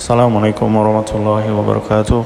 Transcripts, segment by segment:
Assalamualaikum warahmatullahi wabarakatuh.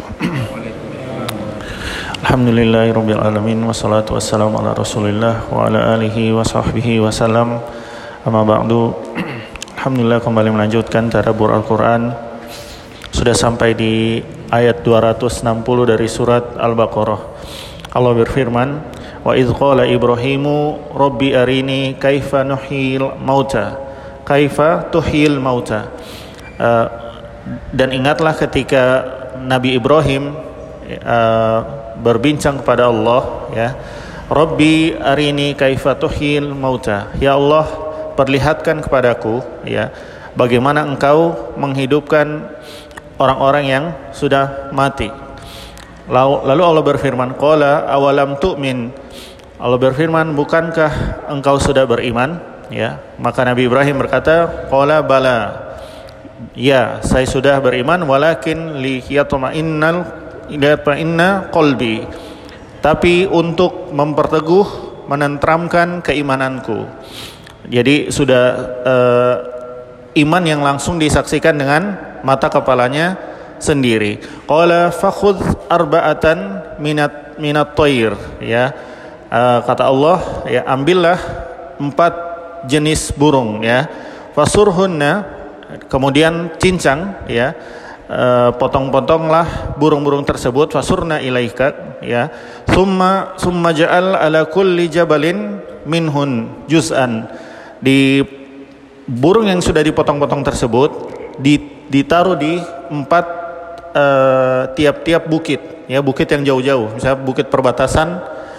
Alhamdulillahirabbil alamin wassalatu wassalamu ala Rasulillah wa ala alihi wa sahbihi wasallam. Amma ba'du. Alhamdulillah kembali melanjutkan tadabbur Al-Qur'an. Sudah sampai di ayat 260 dari surat Al-Baqarah. Allah berfirman, "Wa idz qala Ibrahimu rabbi arini kaifa nuhyil mauta." Kaifa tuhyil mauta. Dan ingatlah ketika Nabi Ibrahim berbincang kepada Allah, ya, Rabbi arini kaifa tuhyil mauta. Ya Allah, perlihatkan kepadaku, ya, bagaimana engkau menghidupkan orang-orang yang sudah mati. Lalu Allah berfirman, qala awalam tu'min. Allah berfirman, bukankah engkau sudah beriman? Ya, maka Nabi Ibrahim berkata, qala bala. Ya, saya sudah beriman, walakin liyatma'inna qalbi. Tapi untuk memperteguh, menenteramkan keimananku. Jadi sudah iman yang langsung disaksikan dengan mata kepalanya sendiri. Qala fakhudh arba'atan minat thair. Ya, kata Allah, ya, ambillah 4 jenis burung, ya. Fasurhunna, kemudian cincang, ya, potong-potonglah burung-burung tersebut. Fasurna ilaika, ya. Summa ja'al ala kulli jabalin minhun juz'an. Di burung yang sudah dipotong-potong tersebut ditaruh di 4 tiap-tiap bukit, ya, bukit yang jauh-jauh, misalnya bukit perbatasan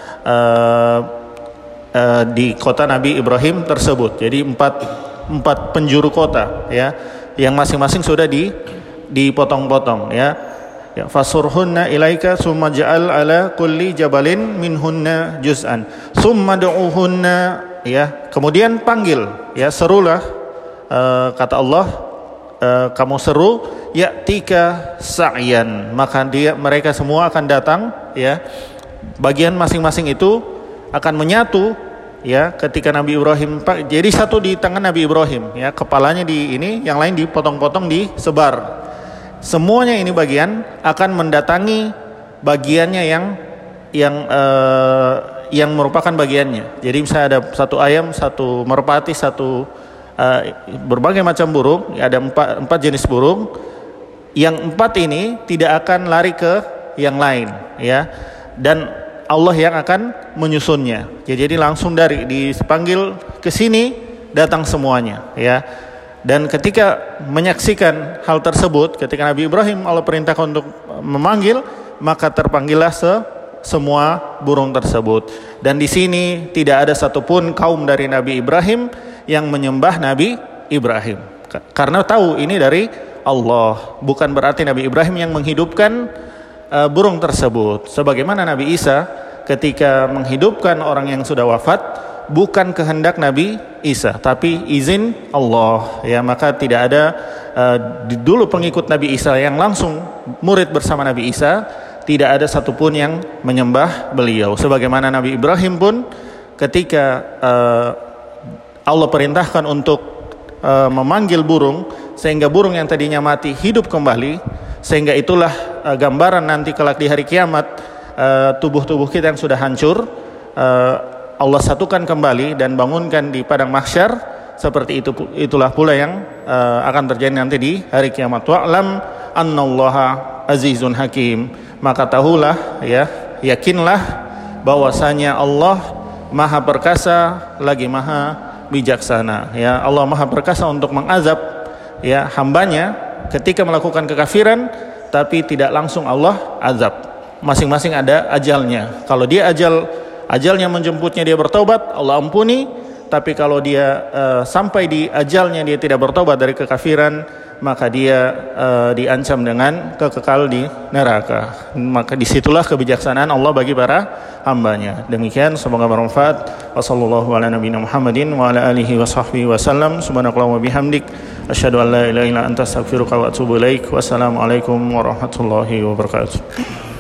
di kota Nabi Ibrahim tersebut. Jadi 4 penjuru kota, ya, yang masing-masing sudah dipotong-potong, ya. Ya, fasurhunna ilaika summa ja'al ala kulli jabalin minhunna juz'an summa du'uhunna, ya, kemudian panggil, ya, serulah, kata Allah, kamu seru, ya'tika sa'yan, maka mereka semua akan datang, ya, bagian masing-masing itu akan menyatu, ya, ketika Nabi Ibrahim, jadi satu di tangan Nabi Ibrahim, ya, kepalanya di ini, yang lain dipotong-potong, disebar. Semuanya ini bagian akan mendatangi bagiannya yang merupakan bagiannya. Jadi misalnya ada 1 ayam, 1 merpati, 1 berbagai macam burung, ya, ada 4 jenis burung. Yang 4 ini tidak akan lari ke yang lain, ya, dan Allah yang akan menyusunnya. Jadi langsung dipanggil ke sini datang semuanya, ya. Dan ketika menyaksikan hal tersebut, ketika Nabi Ibrahim Allah perintahkan untuk memanggil, maka terpanggillah semua burung tersebut. Dan di sini tidak ada satupun kaum dari Nabi Ibrahim yang menyembah Nabi Ibrahim, karena tahu ini dari Allah. Bukan berarti Nabi Ibrahim yang menghidupkan burung tersebut. Sebagaimana Nabi Isa ketika menghidupkan orang yang sudah wafat, bukan kehendak Nabi Isa, tapi izin Allah, ya. Maka tidak ada dulu pengikut Nabi Isa yang langsung murid bersama Nabi Isa, tidak ada satupun yang menyembah beliau. Sebagaimana Nabi Ibrahim pun ketika Allah perintahkan untuk memanggil burung, sehingga burung yang tadinya mati hidup kembali, sehingga itulah gambaran nanti kelak di hari kiamat, tubuh-tubuh kita yang sudah hancur, Allah satukan kembali dan bangunkan di padang mahsyar. Seperti itulah pula yang akan terjadi nanti di hari kiamat. Wa'lam annallaha azizun hakim. Maka tahulah, ya, yakinlah bahwasanya Allah Maha Perkasa lagi Maha Bijaksana, ya. Allah Maha Perkasa untuk mengazab, ya, hambanya ketika melakukan kekafiran, tapi tidak langsung Allah azab. Masing-masing ada ajalnya. Kalau dia ajalnya menjemputnya, dia bertobat, Allah ampuni. Tapi kalau dia sampai di ajalnya dia tidak bertobat dari kekafiran, maka dia diancam dengan kekekal di neraka. Maka disitulah kebijaksanaan Allah bagi para hambanya. Demikian, semoga bermanfaat. Wassallallahu ala nabiyina Muhammadin wa ala alihi wa sahbihi wasallam. Subhanakallahumma bihamdik, asyhadu an la ilaha illa anta astaghfiruka wa atubu ilaik. Wassalamualaikum warahmatullahi wabarakatuh.